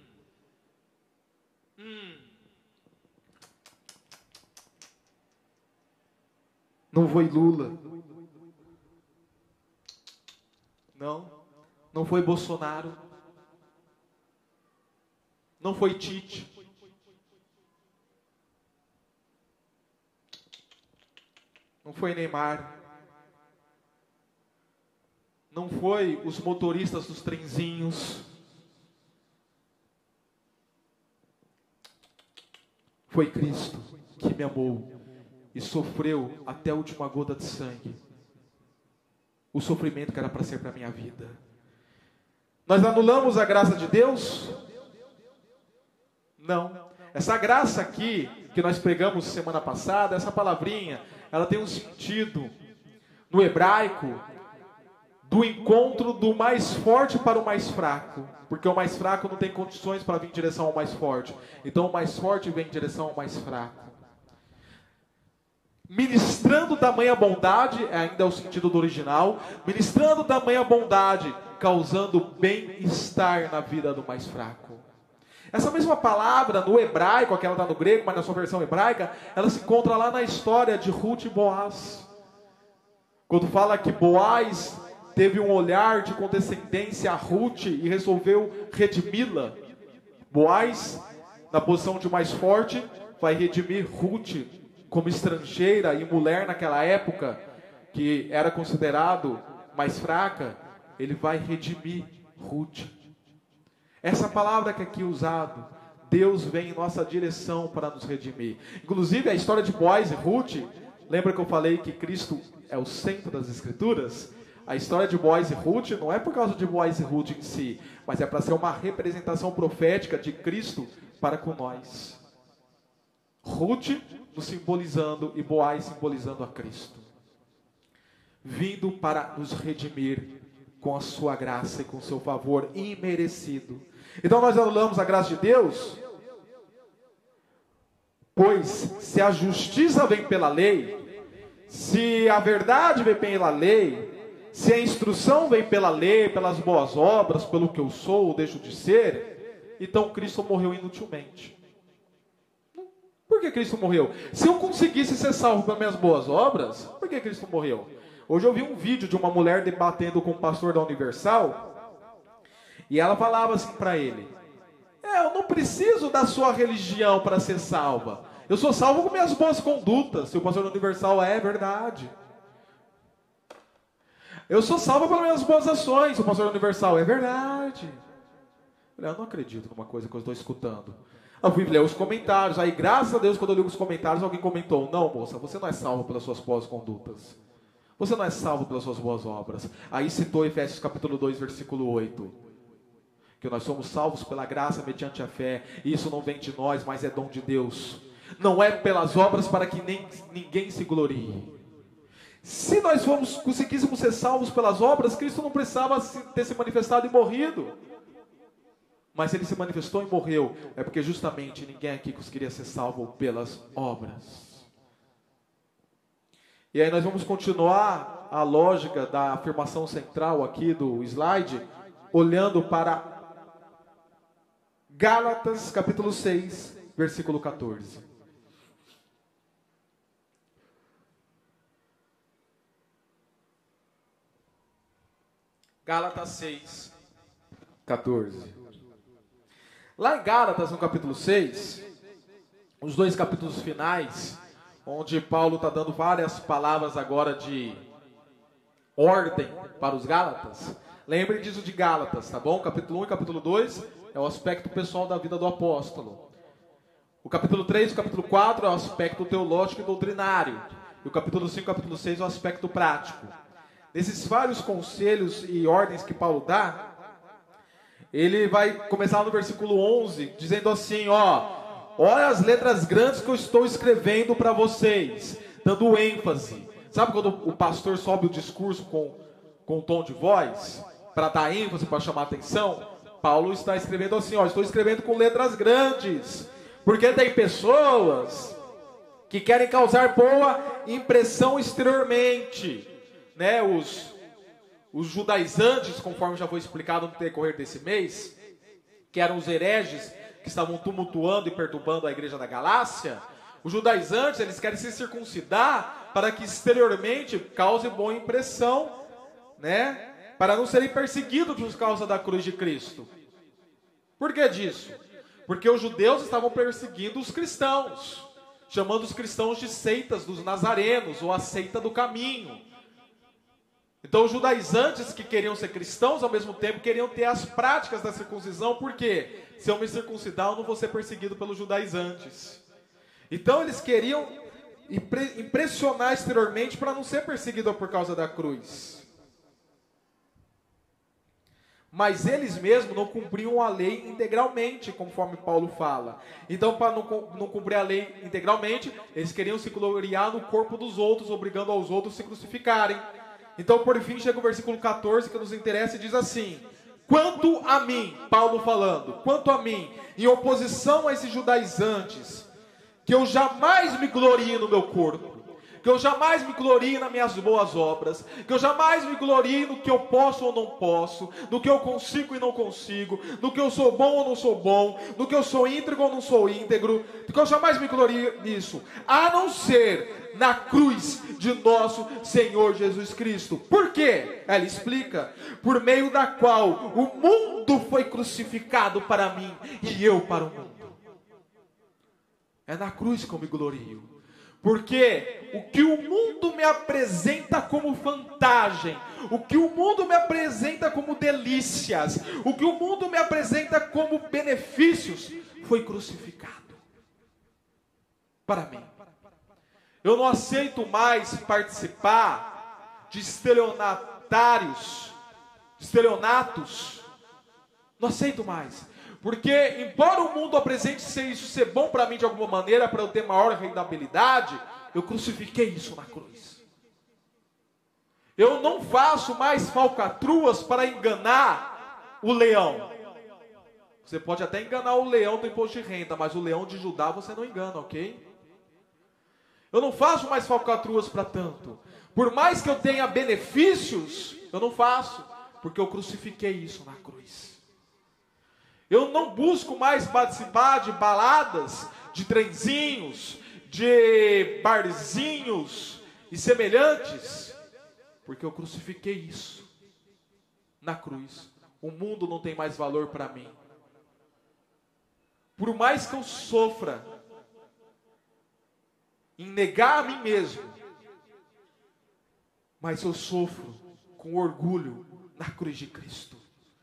Hum. Não foi Lula. Não. Não foi Bolsonaro. Não foi Tite. Não foi Neymar. não foi os motoristas dos trenzinhos, foi Cristo que me amou e sofreu até a última gota de sangue, o sofrimento que era para ser para a minha vida. Nós anulamos a graça de Deus? Não. Essa graça aqui, que nós pregamos semana passada, essa palavrinha, ela tem um sentido, no hebraico, do encontro do mais forte para o mais fraco. Porque o mais fraco não tem condições para vir em direção ao mais forte. Então o mais forte vem em direção ao mais fraco. Ministrando tamanha bondade, ainda é o sentido do original, ministrando tamanha bondade, causando bem-estar na vida do mais fraco. Essa mesma palavra no hebraico, aquela está no grego, mas na sua versão hebraica, ela se encontra lá na história de Ruth e Boaz. Quando fala que Boaz teve um olhar de condescendência a Ruth e resolveu redimi-la. Boaz, na posição de mais forte, vai redimir Ruth como estrangeira e mulher naquela época, que era considerado mais fraca. Ele vai redimir Ruth. Essa palavra que aqui é usada, Deus vem em nossa direção para nos redimir. Inclusive a história de Boaz e Ruth, lembra que eu falei que Cristo é o centro das Escrituras? A história de Boaz e Ruth não é por causa de Boaz e Ruth em si, mas é para ser uma representação profética de Cristo para com nós. Ruth nos simbolizando e Boaz simbolizando a Cristo, vindo para nos redimir com a sua graça e com o seu favor imerecido. Então nós anulamos a graça de Deus, pois se a justiça vem pela lei, se a verdade vem pela lei, se a instrução vem pela lei, pelas boas obras, pelo que eu sou ou deixo de ser, então Cristo morreu inutilmente. Por que Cristo morreu? Se eu conseguisse ser salvo pelas minhas boas obras, por que Cristo morreu? Hoje eu vi um vídeo de uma mulher debatendo com o pastor da Universal, e ela falava assim para ele: é, eu não preciso da sua religião para ser salva, eu sou salvo com minhas boas condutas. Se o pastor da Universal é verdade. Eu sou salvo pelas minhas boas ações. O pastor universal, é verdade. Eu não acredito numa coisa que eu estou escutando. Eu fui ler os comentários. Aí, graças a Deus, quando eu li os comentários, alguém comentou: não, moça, você não é salvo pelas suas boas condutas. Você não é salvo pelas suas boas obras. Aí citou Efésios capítulo dois, versículo oito. Que nós somos salvos pela graça mediante a fé. E isso não vem de nós, mas é dom de Deus. Não é pelas obras para que nem, ninguém se glorie. Se nós fomos, conseguíssemos ser salvos pelas obras, Cristo não precisava ter se manifestado e morrido. Mas Ele se manifestou e morreu. É porque justamente ninguém aqui conseguiria ser salvo pelas obras. E aí nós vamos continuar a lógica da afirmação central aqui do slide, olhando para Gálatas capítulo seis, versículo quatorze. Gálatas seis, quatorze. Lá em Gálatas, no capítulo seis, os dois capítulos finais, onde Paulo está dando várias palavras agora de ordem para os Gálatas. Lembrem disso de Gálatas, tá bom? Capítulo um e capítulo dois é o aspecto pessoal da vida do apóstolo. O capítulo três e o capítulo quatro é o aspecto teológico e doutrinário. E o capítulo cinco e o capítulo seis é o aspecto prático. Nesses vários conselhos e ordens que Paulo dá, ele vai começar no versículo onze, dizendo assim, ó, olha as letras grandes que eu estou escrevendo para vocês, dando ênfase. Sabe quando o pastor sobe o discurso com, com um tom de voz, para dar ênfase, para chamar atenção? Paulo está escrevendo assim, ó, estou escrevendo com letras grandes, porque tem pessoas que querem causar boa impressão exteriormente, né, os, os judaizantes, conforme já foi explicado no decorrer desse mês, que eram os hereges que estavam tumultuando e perturbando a igreja da Galácia. Os judaizantes, eles querem se circuncidar para que exteriormente cause boa impressão, né, para não serem perseguidos por causa da cruz de Cristo. Por que disso? Porque os judeus estavam perseguindo os cristãos, chamando os cristãos de seitas dos nazarenos, ou a seita do caminho. Então os judaizantes que queriam ser cristãos, ao mesmo tempo queriam ter as práticas da circuncisão, porque se eu me circuncidar, eu não vou ser perseguido pelos judaizantes. Então eles queriam impre- impressionar exteriormente para não ser perseguido por causa da cruz. Mas eles mesmos não cumpriam a lei integralmente, conforme Paulo fala. Então, para não, não cumprir a lei integralmente, eles queriam se gloriar no corpo dos outros, obrigando aos outros a se crucificarem. Então, por fim, chega o versículo catorze, que nos interessa, e diz assim: quanto a mim, Paulo falando, quanto a mim, em oposição a esses judaizantes, que eu jamais me glorie no meu corpo, que eu jamais me glorie nas minhas boas obras, que eu jamais me glorie no que eu posso ou não posso, no que eu consigo e não consigo, no que eu sou bom ou não sou bom, no que eu sou íntegro ou não sou íntegro, que eu jamais me glorie nisso, a não ser na cruz de nosso Senhor Jesus Cristo. Por quê? Ela explica: por meio da qual o mundo foi crucificado para mim e eu para o mundo. É na cruz que eu me glorio. Porque o que o mundo me apresenta como vantagem, o que o mundo me apresenta como delícias, o que o mundo me apresenta como benefícios, foi crucificado para mim. Eu não aceito mais participar de estelionatários, estelionatos. Não aceito mais. Porque, embora o mundo apresente ser isso ser bom para mim de alguma maneira, para eu ter maior rentabilidade, eu crucifiquei isso na cruz. Eu não faço mais falcatruas para enganar o leão. Você pode até enganar o leão do imposto de renda, mas o leão de Judá você não engana, ok? Eu não faço mais falcatruas para tanto. Por mais que eu tenha benefícios, eu não faço, porque eu crucifiquei isso na cruz. Eu não busco mais participar de baladas, de trenzinhos, de barzinhos e semelhantes, porque eu crucifiquei isso na cruz. O mundo não tem mais valor para mim. Por mais que eu sofra em negar a mim mesmo, mas eu sofro com orgulho na cruz de Cristo.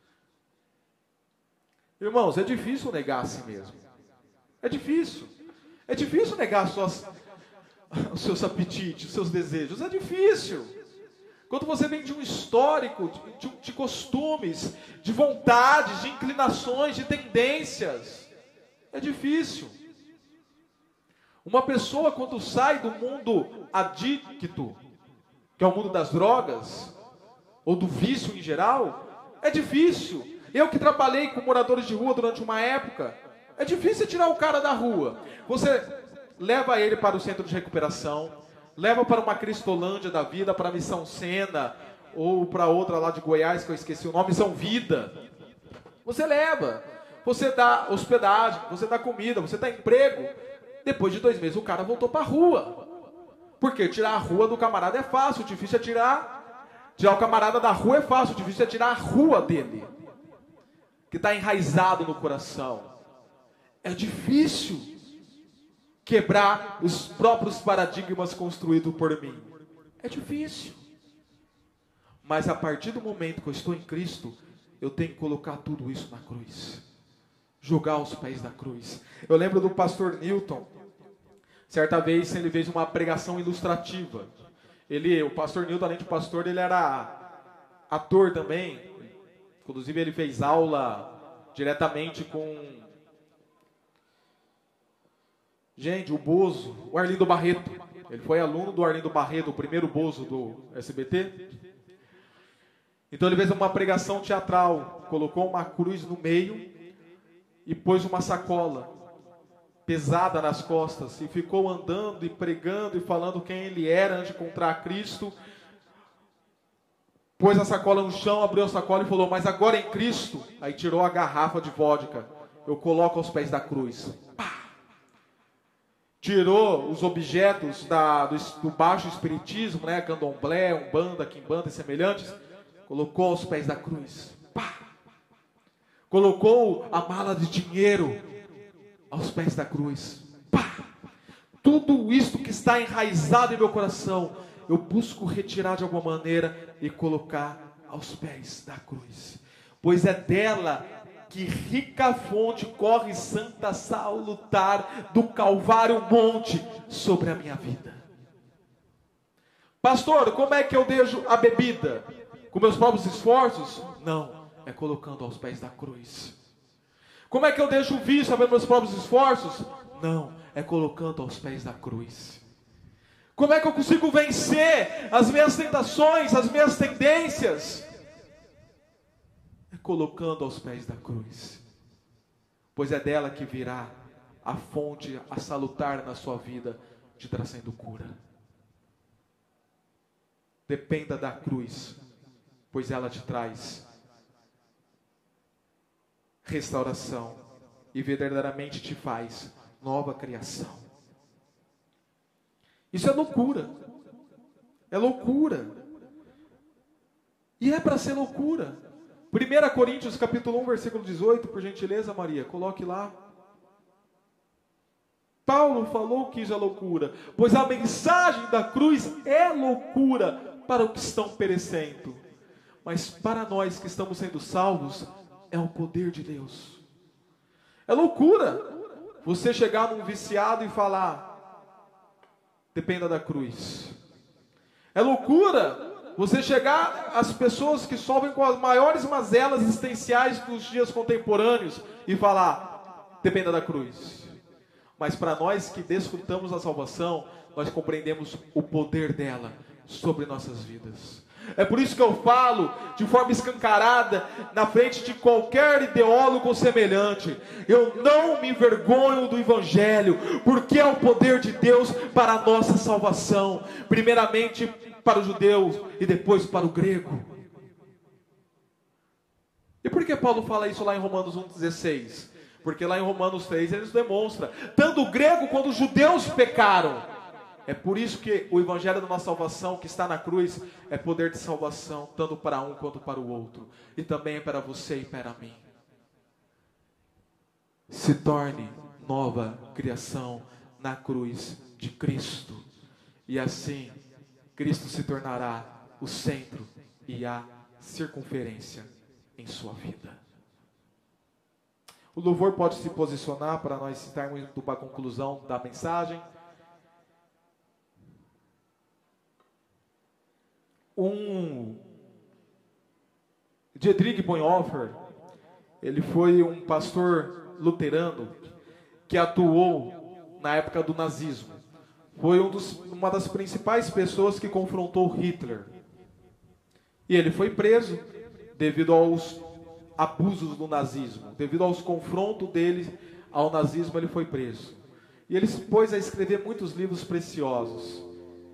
Irmãos, é difícil negar a si mesmo. É difícil. É difícil negar as suas, os seus apetites, os seus desejos. É difícil. Quando você vem de um histórico, de, de, de costumes, de vontades, de inclinações, de tendências, é difícil. Uma pessoa, quando sai do mundo adicto, que é o mundo das drogas, ou do vício em geral, é difícil. Eu que trabalhei com moradores de rua durante uma época, é difícil tirar o cara da rua. Você leva ele para o centro de recuperação, leva para uma Cristolândia da vida, para a Missão Sena, ou para outra lá de Goiás, que eu esqueci o nome, Missão Vida. Você leva, você dá hospedagem, você dá comida, você dá emprego. Depois de dois meses o cara voltou para a rua. Porque tirar a rua do camarada é fácil, o difícil é tirar, tirar o camarada da rua é fácil, o difícil é tirar a rua dele, que está enraizado no coração. É difícil quebrar os próprios paradigmas construídos por mim. É difícil. Mas a partir do momento que eu estou em Cristo, eu tenho que colocar tudo isso na cruz. Jogar aos pés da cruz. Eu lembro do pastor Newton. Certa vez ele fez uma pregação ilustrativa. Ele, o pastor Newton, além de pastor, ele era ator também. Inclusive ele fez aula diretamente com, gente, o Bozo, o Arlindo Barreto. Ele foi aluno do Arlindo Barreto, o primeiro Bozo do S B T. Então ele fez uma pregação teatral, colocou uma cruz no meio e pôs uma sacola pesada nas costas e ficou andando e pregando e falando quem ele era antes de encontrar Cristo. Pôs a sacola no chão, abriu a sacola e falou: mas agora em Cristo. Aí tirou a garrafa de vodka. Eu coloco aos pés da cruz. Pá! Tirou os objetos da, do, do baixo espiritismo, né? Candomblé, Umbanda, Quimbanda e semelhantes. Colocou aos pés da cruz. Pá! Colocou a mala de dinheiro aos pés da cruz. Pá! Tudo isto que está enraizado em meu coração, eu busco retirar de alguma maneira e colocar aos pés da cruz. Pois é dela que rica fonte corre santa salutar do Calvário monte sobre a minha vida. Pastor, como é que eu deixo a bebida? Com meus próprios esforços? Não, é colocando aos pés da cruz. Como é que eu deixo o vício sabendo meus próprios esforços? Não, é colocando aos pés da cruz. Como é que eu consigo vencer as minhas tentações, as minhas tendências? É colocando aos pés da cruz. Pois é dela que virá a fonte a salutar na sua vida de trazendo cura. Dependa da cruz, pois ela te traz restauração e verdadeiramente te faz nova criação. Isso é loucura. É loucura. E é para ser loucura. primeira Coríntios capítulo um, versículo dezoito, por gentileza, Maria, coloque lá. Paulo falou que isso é loucura, pois a mensagem da cruz é loucura para os que estão perecendo, mas para nós que estamos sendo salvos, é o poder de Deus. É loucura você chegar num viciado e falar, dependa da cruz. É loucura você chegar às pessoas que sofrem com as maiores mazelas existenciais dos dias contemporâneos e falar, dependa da cruz. Mas para nós que desfrutamos da salvação, nós compreendemos o poder dela sobre nossas vidas. É por isso que eu falo de forma escancarada na frente de qualquer ideólogo semelhante. Eu não me envergonho do Evangelho, porque é o poder de Deus para a nossa salvação. Primeiramente para o judeu e depois para o grego. E por que Paulo fala isso lá em Romanos um, dezesseis? Porque lá em Romanos três ele nos demonstra, tanto o grego quanto os judeus pecaram. É por isso que o Evangelho da nossa salvação, que está na cruz, é poder de salvação, tanto para um quanto para o outro. E também para você e para mim. Se torne nova criação na cruz de Cristo. E assim, Cristo se tornará o centro e a circunferência em sua vida. O louvor pode se posicionar para nós estarmos indo para a conclusão da mensagem. Um Dietrich Bonhoeffer, ele foi um pastor luterano que atuou na época do nazismo. Foi um dos, uma das principais pessoas que confrontou Hitler. E ele foi preso devido aos abusos do nazismo. Devido aos confrontos dele ao nazismo, ele foi preso. E ele se pôs a escrever muitos livros preciosos.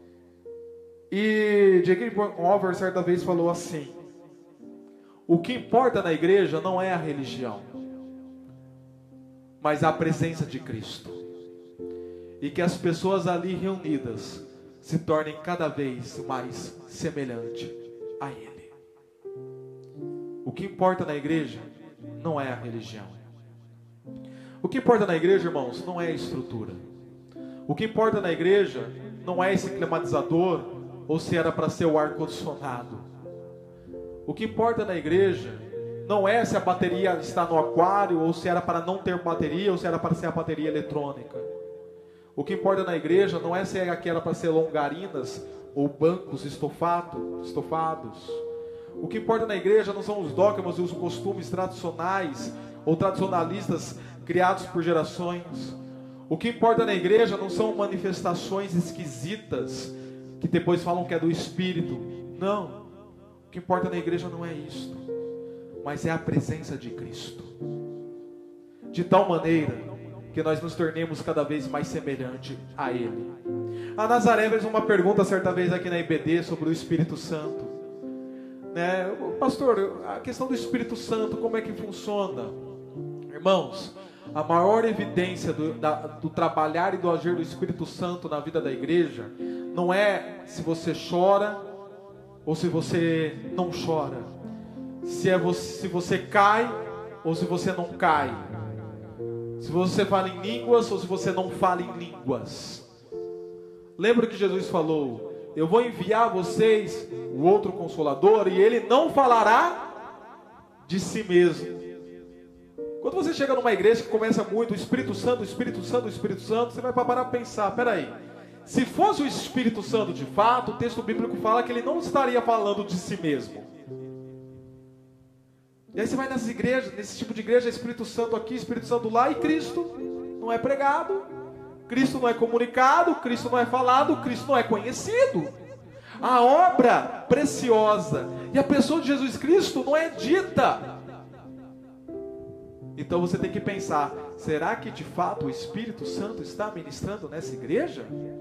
E Dietrich Bonhoeffer certa vez falou assim: o que importa na igreja não é a religião, mas a presença de Cristo. E que as pessoas ali reunidas se tornem cada vez mais semelhante a Ele. O que importa na igreja não é a religião. O que importa na igreja, irmãos, não é a estrutura. O que importa na igreja não é esse climatizador, ou se era para ser o ar-condicionado. O que importa na igreja não é se a bateria está no aquário, ou se era para não ter bateria, ou se era para ser a bateria eletrônica. O que importa na igreja não é se aquela para ser longarinas, ou bancos estofado, estofados. O que importa na igreja não são os dogmas e os costumes tradicionais, ou tradicionalistas criados por gerações. O que importa na igreja não são manifestações esquisitas, que depois falam que é do Espírito. Não, o que importa na igreja não é isto, mas é a presença de Cristo, de tal maneira que nós nos tornemos cada vez mais semelhante a Ele. A Nazaré fez uma pergunta certa vez aqui na I B D sobre o Espírito Santo, né? Pastor, a questão do Espírito Santo, como é que funciona? Irmãos, a maior evidência do, da, do trabalhar e do agir do Espírito Santo na vida da igreja não é se você chora ou se você não chora, se, é você, se você cai ou se você não cai, se você fala em línguas ou se você não fala em línguas. Lembra que Jesus falou: eu vou enviar a vocês o outro Consolador, e ele não falará de si mesmo. Quando você chega numa igreja que começa muito o Espírito Santo, o Espírito Santo, o Espírito Santo, você vai parar para pensar, peraí, se fosse o Espírito Santo de fato, o texto bíblico fala que ele não estaria falando de si mesmo. E aí você vai nessas igrejas, nesse tipo de igreja, Espírito Santo aqui, Espírito Santo lá, e Cristo não é pregado, Cristo não é comunicado, Cristo não é falado, Cristo não é conhecido. A obra preciosa e a pessoa de Jesus Cristo não é dita. Então você tem que pensar, será que de fato o Espírito Santo está ministrando nessa igreja?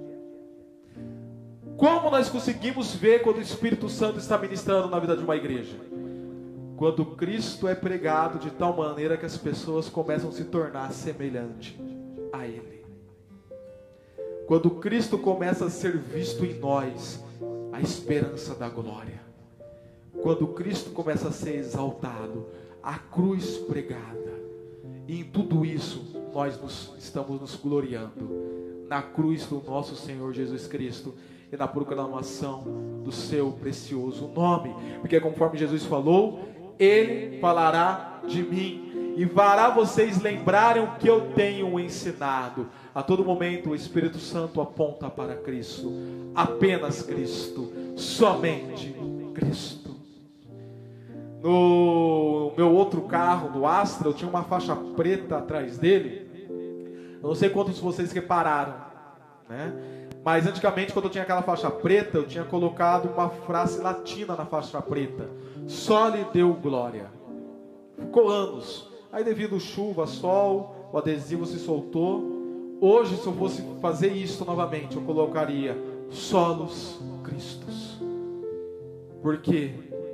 Como nós conseguimos ver quando o Espírito Santo está ministrando na vida de uma igreja? Quando Cristo é pregado de tal maneira que as pessoas começam a se tornar semelhante a Ele. Quando Cristo começa a ser visto em nós, a esperança da glória. Quando Cristo começa a ser exaltado, a cruz pregada. E em tudo isso, nós nos, estamos nos gloriando na cruz do nosso Senhor Jesus Cristo e na proclamação do seu precioso nome. Porque conforme Jesus falou, Ele falará de mim e fará vocês lembrarem o que eu tenho ensinado. A todo momento o Espírito Santo aponta para Cristo, apenas Cristo, somente Cristo. No meu outro carro, do Astra, eu tinha uma faixa preta atrás dele. Eu não sei quantos de vocês repararam, né? Mas antigamente, quando eu tinha aquela faixa preta, eu tinha colocado uma frase latina na faixa preta: só lhe deu glória. Ficou anos. Aí devido chuva, sol, o adesivo se soltou. Hoje, se eu fosse fazer isso novamente, eu colocaria solos Cristos. Por quê?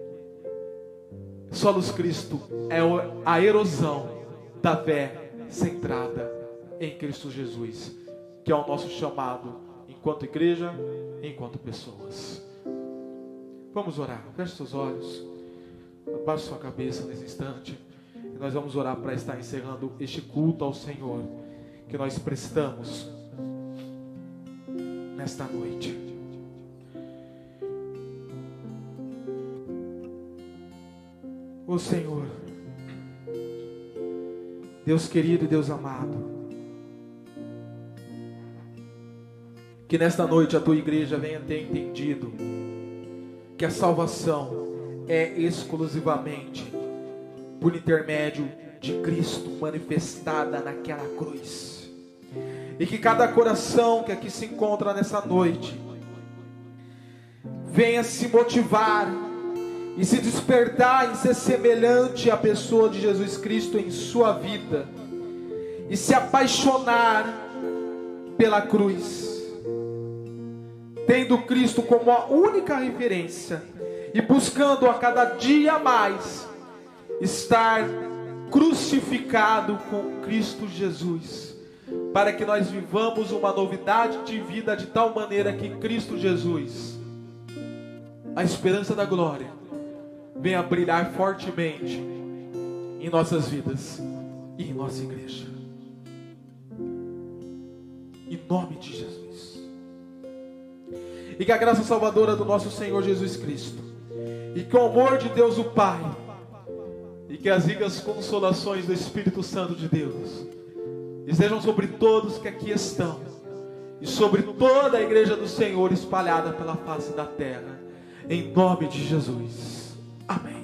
Solos Cristo é a erosão da fé centrada em Cristo Jesus, que é o nosso chamado enquanto igreja, enquanto pessoas. Vamos orar. Feche seus olhos, abaixe sua cabeça nesse instante, e nós vamos orar para estar encerrando este culto ao Senhor que nós prestamos nesta noite. Ó Senhor, Deus querido e Deus amado, que nesta noite a tua igreja venha ter entendido que a salvação é exclusivamente por intermédio de Cristo manifestada naquela cruz. E que cada coração que aqui se encontra nessa noite venha se motivar e se despertar em ser semelhante à pessoa de Jesus Cristo em sua vida, e se apaixonar pela cruz, tendo Cristo como a única referência, e buscando a cada dia mais estar crucificado com Cristo Jesus, para que nós vivamos uma novidade de vida de tal maneira que Cristo Jesus, a esperança da glória, venha brilhar fortemente em nossas vidas e em nossa igreja. Em nome de Jesus. E que a graça salvadora do nosso Senhor Jesus Cristo, e que o amor de Deus o Pai, e que as ricas consolações do Espírito Santo de Deus estejam sobre todos que aqui estão, e sobre toda a igreja do Senhor espalhada pela face da terra, em nome de Jesus. Amém.